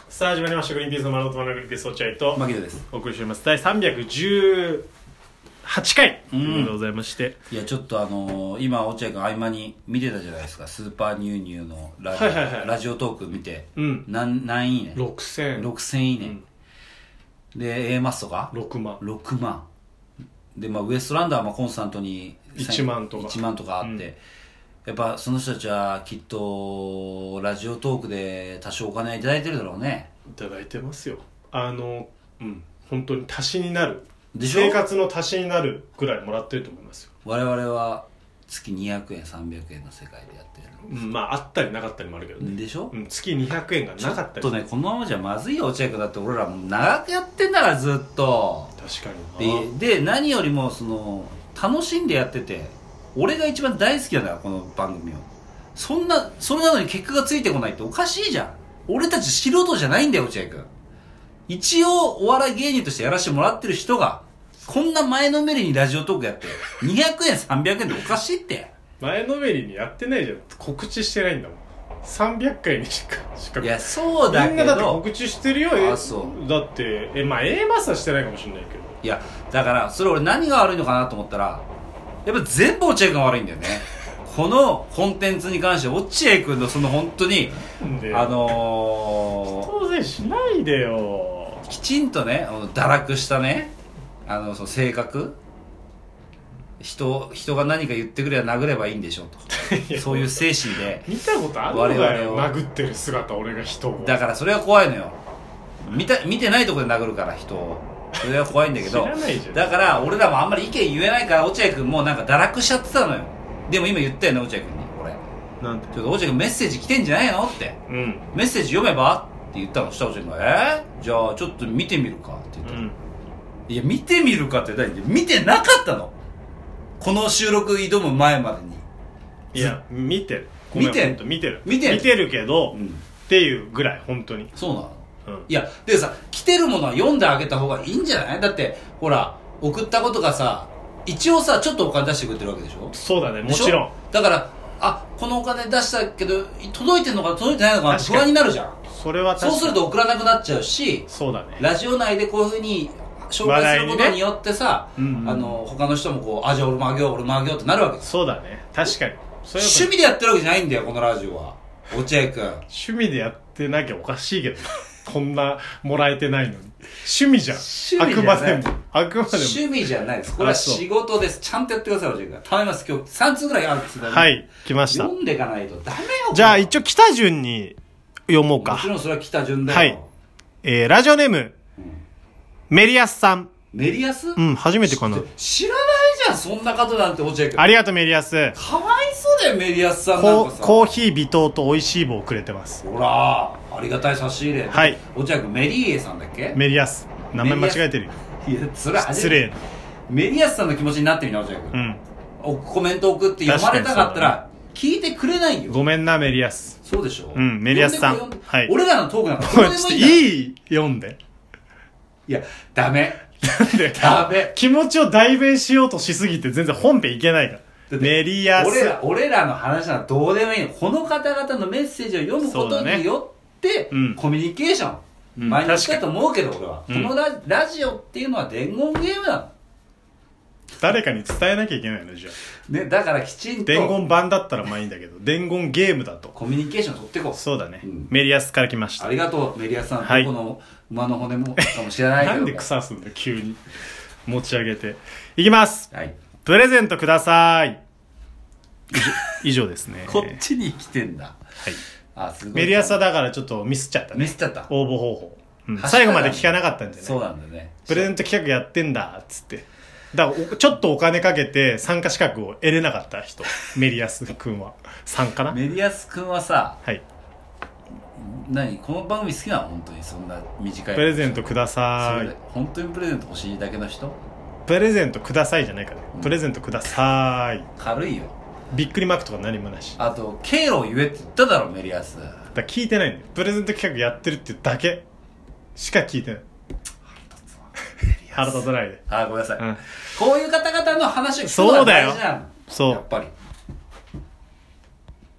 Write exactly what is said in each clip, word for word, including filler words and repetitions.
さあ始まりましたグリーンピースの丸のとまなグリーンピース落合と牧野です。 お送りしておりますだいさんびゃくじゅうはちかいということでございまして、 いやちょっとあのー、今落合君合間に見てたじゃないですか、スーパーニューニューのラジオ、 はいはいはい、 ラジオトーク見て、 うん、 何何いいねろくせんろくせんいいね、うん、で A マスとかろくまんろくまんで、まあ、ウエストランドはまあコンスタントにいちまんとかいちまんとかあって、うん、やっぱその人たちはきっとラジオトークで多少お金はいただいてるだろうね。 いただいてますよ。あのうん本当に足しになるでしょ、 生活の足しになるぐらいもらってると思いますよ。 我々は月にひゃくえんさんびゃくえんの世界でやってる、 うん、まああったりなかったりもあるけどね。 でしょ、 うん、月にひゃくえんがなかったり。 ちょっとねこのままじゃまずいよ落合君。だって俺らもう長くやってんだからずっと。 確かにでで何よりもその楽しんでやってて、俺が一番大好きなんだよこの番組を。そんなそれなのに結果がついてこないっておかしいじゃん。俺たち素人じゃないんだよ落合君。一応お笑い芸人としてやらせてもらってる人がこんな前のめりにラジオトークやってにひゃくえんさんびゃくえんっておかしいって。 前のめりにやってないじゃん。告知してないんだもん。さんびゃっかいにしかしか。 いやそうだけどみんなだって告知してるよ。 あそうだってえまあ A マスはしてないかもしれないけど。 いやだからそれ俺何が悪いのかなと思ったらやっぱ全部落合君が悪いんだよねこのコンテンツに関して落合君のその本当にあのー、 当然しないでよ。 きちんとね堕落したねあのその性格、人人が何か言ってくれば殴ればいいんでしょうとそういう精神で見たことあるのかよ殴ってる姿。俺が人を。 だからそれは怖いのよ。見た見てないところで殴るから人を。それは怖いんだけど知らないじゃん。 だから俺らもあんまり意見言えないから落合君もなんか堕落しちゃってたのよ。でも今言ったよね落合君に。俺なんてちょっと落合君メッセージ来てんじゃないのって、 うん、 メッセージ読めばって言ったの。した落合君がえー、じゃあちょっと見てみるかって言ったの、うん、いや見てみるかって何で見てなかったのこの収録挑む前までに。 いや見てる見てる見てる見てる見てるけど、うん、っていうぐらい本当にそうなの、 うん、 いやでさ来てるものは読んであげた方がいいんじゃない。だってほら送ったことがさ一応さちょっとお金出してくれてるわけでしょ。 そうだねもちろん。 だからあこのお金出したけど届いてんのか届いてないのかなって不安になるじゃん。 それは確かに。 そうすると送らなくなっちゃうし。 そうだね。 ラジオ内でこういうふうに紹介することによってさ、ねうんうん、あの他の人もこうあじゃあ俺もあげよう俺もあげようってなるわけです。 そうだね確かに。 趣味でやってるわけじゃないんだよこのラジオは落合君。 趣味でやってなきゃおかしいけどこんなもらえてないのに。趣味じゃん。 趣味じゃない。 あくまでもあくまでも趣味じゃないです。これは仕事です。ちゃんとやってください落合君。頼みます。今日さんつうぐらいあるんですよ。 はい来ました。 読んでいかないとダメよ。 じゃあ一応来た順に読もうか。 もちろんそれは来た順だよ。 はい、えー、ラジオネーム、うん、メリアスさん。 メリアス？ うん初めてかな。 知らないじゃんそんな方なんて落合君。 ありがとうメリアス。 かわいそうだよメリアスさんなんかさ。 コーヒー微糖と美味しい棒をくれてます。 ほらありがたい差し入れ。 はい落合君メリーエさんだっけ。 メリアス名前間違えてるよ。 いやそれ失礼。 メリアスさんの気持ちになってみな落合君。うんコメント送って読まれたかったら聞いてくれないよ。 ごめんなメリアス。 そうでしょ。 うんメリアスさん。はい俺らのトークなんかどうでもいいんだ。 いい読んで。 いやダメなんでダメ。気持ちを代弁しようとしすぎて全然本編いけないから。メリアス俺ら俺らの話はどうでもいいの。この方々のメッセージを読むことによって、ねうん、コミュニケーション、うん、前にしたと思うけど俺は、うん、この ラ, ラジオっていうのは伝言ゲームなの。 誰かに伝えなきゃいけないのじゃあ、 ね、だからきちんと伝言版だったらまあいいんだけど伝言ゲームだとコミュニケーション取ってこう。 そうだね、うん、メリアスから来ました。 ありがとうメリアスさん。はい、どこの馬の骨もかもしれないけどなんで腐すんだ急に持ち上げていきます、 はい、 プレゼントください。以上ですねこっちに来てんだ。はいあすごい。メリアスはだからちょっとミスっちゃったね。 ミスっちゃった応募方法、うん、最後まで聞かなかったんじゃない。 そうなんだね。 プレゼント企画やってんだっつってだからちょっとお金かけて参加資格を得れなかった人メリアスくんはさんかな。 メリアスくんはさはい何この番組好きなの本当に。そんな短いプレゼントください。 本当にプレゼント欲しいだけの人。 プレゼントくださいじゃないから、ねうん、プレゼントください。 軽いよ。 びっくりマークとか何もなし。 あと経路を言えって言っただろメリアス。だから聞いてないんだよ。プレゼント企画やってるっていうだけしか聞いてない。腹立たないで。 あごめんなさい、うん、こういう方々の話を聞くのが大事なの。 そうだよ。そうやっぱり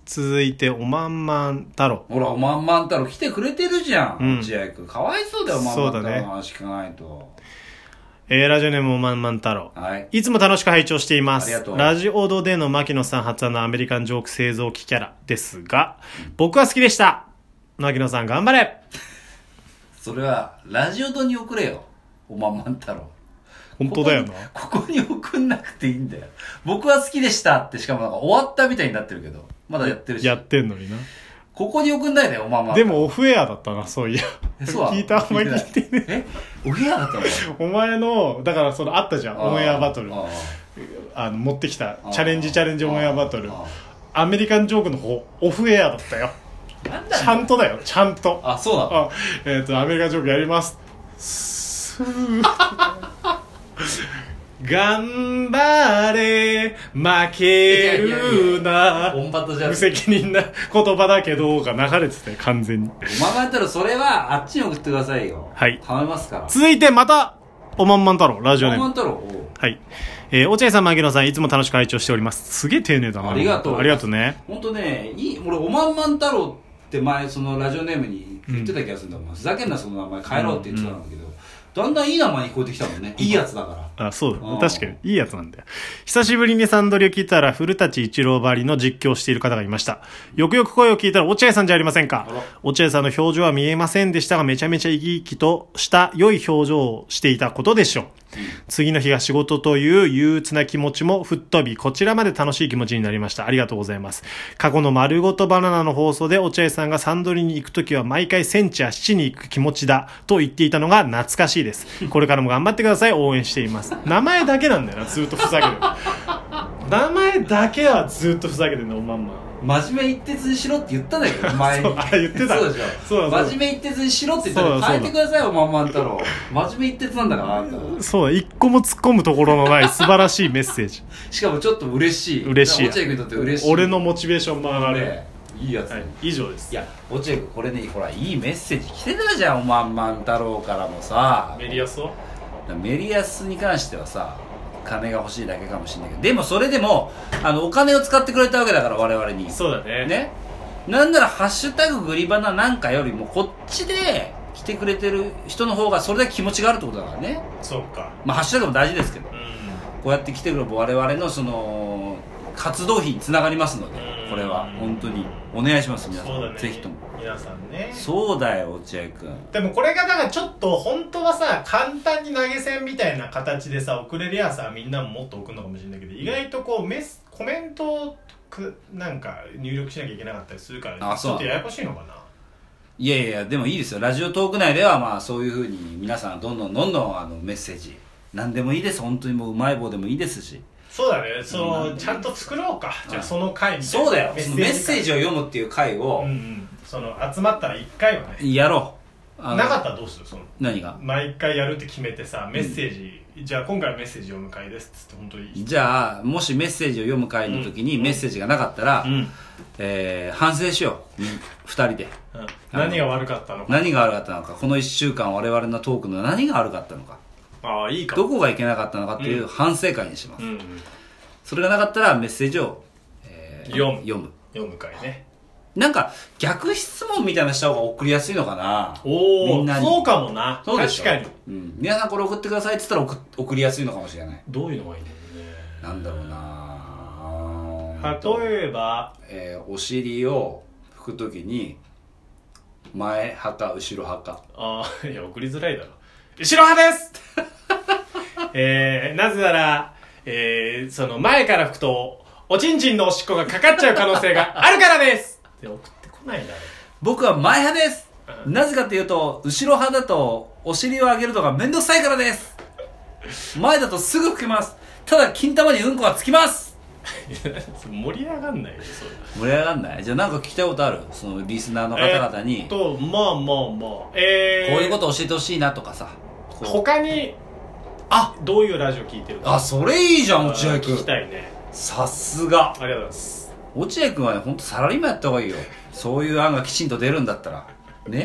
続いておまんまん太郎。 ほらおまんまん太郎来てくれてるじゃん、 うん落合君かわいそうだよおまんまん太郎の話聞かないと、 えー、ラジオネームおまんまん太郎、 はい、 いつも楽しく拝聴しています。 ありがとう。 ラジオドでの牧野さん発案のアメリカンジョーク製造機キャラですが、僕は好きでした。牧野さん頑張れ。 それはラジオドに送れよおまんまん太郎。 本当だよな。 ここに、ここに送んなくていいんだよ。僕は好きでしたって、しかもなんか終わったみたいになってるけどまだやってるし、 やってんのにな。 ここに送んないでよおまんまん。 でもオフエアだったな、そういや。 そう聞いた、お前聞いてね。 えオフエアだったのお前のだからそのあったじゃん、オンエアバトル、 ああの持ってきたチャレンジチャレンジオンエアバトル、 あアメリカンジョークの方オフエアだったよ。 なんだちゃんとだよ、ちゃんと。 あそうなの。 あえっ、ー、とアメリカンジョークやりますスー頑張れ負けるな、 オンバトじゃん。 無責任な言葉だけどが流れてたよ完全に。 おまんまん太郎それはあっちに送ってくださいよ。 はい頼みますから。 続いてまたおまんまん太郎ラジオネームおまんまん太郎はい、えー、落合さん牧野さんいつも楽しく拝聴しております。すげえ丁寧だな。 ありがとうありがとうね。 ほんとねいい。俺おまんまん太郎って前そのラジオネームに言ってた気がするんだ、うん、ふざけんなその名前変えろって言ってたんだけど、うんうん、だんだんいい名前に聞こえてきたもんね。いいやつだから。 あ、そうだ。確かに。いいやつなんだよ。久しぶりにサンドリを聞いたら、古舘一郎ばりの実況をしている方がいました。よくよく声を聞いたら、落合さんじゃありませんか。落合さんの表情は見えませんでしたが、めちゃめちゃ生き生きとした良い表情をしていたことでしょう。うん、次の日が仕事という憂鬱な気持ちも吹っ飛び、こちらまで楽しい気持ちになりました。ありがとうございます。過去の丸ごとバナナの放送で落合さんがサンドリに行くときは毎回センチや七に行く気持ちだと言っていたのが懐かしいです。これからも頑張ってください。応援しています。名前だけなんだよな、ずっとふざけてる。名前だけはずっとふざけてるの、おまんま。 真面目一徹にしろって言ったんだけど前に。 あ、言ってた。 そうでしょ。そう真面目一徹にしろって言ったら変えてくださいよおまんまん太郎。真面目一徹なんだからあんた。 そうだ、一個も突っ込むところのない素晴らしいメッセージ。 しかもちょっと嬉しい。 嬉しい。 落合君にとって嬉しい。 俺のモチベーションも上がる、ね、 いいやつ、 はい、以上です。 いや落合君これね、ほらいいメッセージ来てたじゃんおまんまん太郎からもさ。 メリヤスをメリヤスに関してはさ金が欲しいだけかもしれないけど、でもそれでもあのお金を使ってくれたわけだから我々に。 そうだね。 ね、なんならハッシュタググリバナなんかよりもこっちで来てくれてる人の方がそれだけ気持ちがあるってことだからね。 そうか。 まあハッシュタグも大事ですけど、うん、こうやって来てくれる我々のその活動費につながりますので、これは本当にお願いします皆さん。そうだね、ぜひとも皆さんね。 そうだよ落合君。 でもこれがだからちょっと本当はさ簡単に投げ銭みたいな形でさ送れりゃさみんなももっと送るのかもしれないけど、意外とこうメスコメントをなんか入力しなきゃいけなかったりするから、ね、ちょっとややこしいのかな。 いやいやでもいいですよ。ラジオトーク内ではまあそういう風に皆さんどんどんどんどんあのメッセージ何でもいいです。本当にもううまい棒でもいいですし。 そうだね、そのちゃんと作ろうか。じゃあその回みたいな。 そうだよ、メッセージ、メッセージを読むっていう回を、 うんうん、その集まったらいっかいはねやろう。 なかったらどうする。その何が毎回やるって決めてさ、メッセージ、うん、じゃあ今回メッセージ読む回ですっつって本当にいい。 じゃあもしメッセージを読む回の時にメッセージがなかったら、うん、えー、反省しようふたりで、うん、 何が悪かったのか何が悪かったのか、このいっしゅうかん我々のトークの何が悪かったのか、 ああいいか、 どこがいけなかったのかっていう反省会にします、うんうん、それがなかったらメッセージを、えー、 読む読む読む回ね。 なんか逆質問みたいなした方が送りやすいのかな。 おお、 みんなにそうかもな。 そうでしょ。 確かに、 うん、皆さんこれ送ってくださいって言ったら 送, 送りやすいのかもしれない。 どういうのがいいんだろうね。 なんだろうな。例えば、 えー、お尻を拭くときに前派か後ろ派か。 ああ、いや送りづらいだろ。後ろ派ですえー、なぜなら、えー、その前から拭くとおちんちんのおしっこがかかっちゃう可能性があるからですって送ってこないだろ。 僕は前派です、うん、なぜかというと後ろ派だとお尻を上げるのがめんどくさいからです。前だとすぐ拭けます。ただ金玉にうんこがつきます盛り上がんないよそれ。 盛り上がんない。じゃあなんか聞きたいことある、そのリスナーの方々に。 えー、っとまあまあまあ、えー、 こういうこと教えてほしいなとかさ。 他にあどういうラジオ聞いてるか。 あ、それいいじゃん落合君。 聞きたいね。 さすが。 ありがとうございます。落合君はね、ほんとサラリーマンやった方がいいよ。そういう案がきちんと出るんだったらね。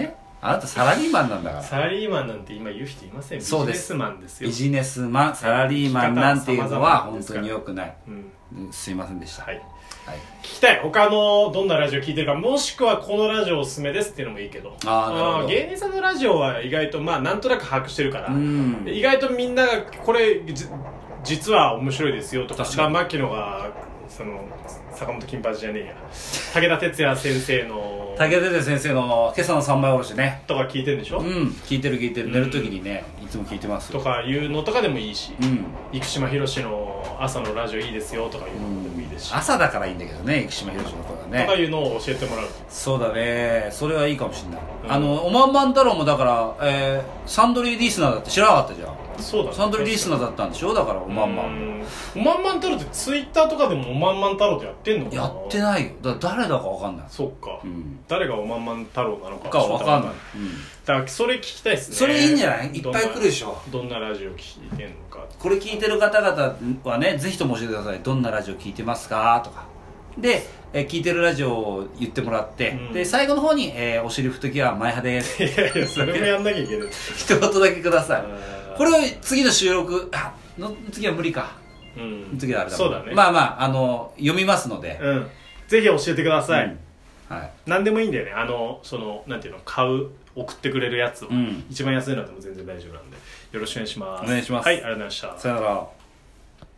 あなたサラリーマンなんだから。 サラリーマンなんて今言う人いません。ビジそうですネスマンですよ。 ビジネスマン、サラリーマンなんていうのは本当に良くない、 うん、 うん、すいませんでした。 はい、 はい、 聞きたい。他のどんなラジオ聞いてるか、もしくはこのラジオおすすめですっていうのもいいけど。 あー、なるほど。 芸人さんのラジオは意外とまあなんとなく把握してるから、 うん、 意外とみんながこれ実は面白いですよとか、牧野がその坂本金八じゃねえや武田鉄矢先生の武田鉄矢先生の今朝の三枚おろしねとか聞いてるんでしょ。うん聞いてる聞いてる、うん、寝るときにねいつも聞いてますとかいうのとかでもいいし、 うん、 生島博士の朝のラジオいいですよとかいうのでもいいですし、 うん、朝だからいいんだけどね生島博士の声がねとかいうのを教えてもらう。 そうだね、それはいいかもしれない、うん、あのおまんまん太郎もだから、えー、サンドリーリスナーだって知らなかったじゃん。 そうだね、 サンドリーリスナーだったんでしょ。だからおまんまんおまんまん太郎ってツイッターとかでもおまんまん太郎ってやってんのかな。 やってないよ。だから誰だか分かんない。 そっか、 うん、 誰がおまんまん太郎なのかか分かんない、うん、 だからそれ聞きたいですね。 それいいんじゃない。いっぱい来るでしょ。 どんなラジオ聞いてんのか。 これ聞いてる方々はねぜひとも教えてください。どんなラジオ聞いてますかとかで、えー、聞いてるラジオを言ってもらって、うん、で最後の方に、えー、お尻拭くときは前派ですいやいやそれもやんなきゃいけない一言だけください。これを次の収録あの次は無理か、うん、次はあれだそうだね。 まあまああの読みますので、 うん、ぜひ教えてください、 うんはい、 何でもいいんだよね。あのそのなんていうの買う送ってくれるやつを、 うん、 一番安いのでも全然大丈夫なんでよろしくお願いします。 お願いします。 はい、ありがとうございました。 さよなら。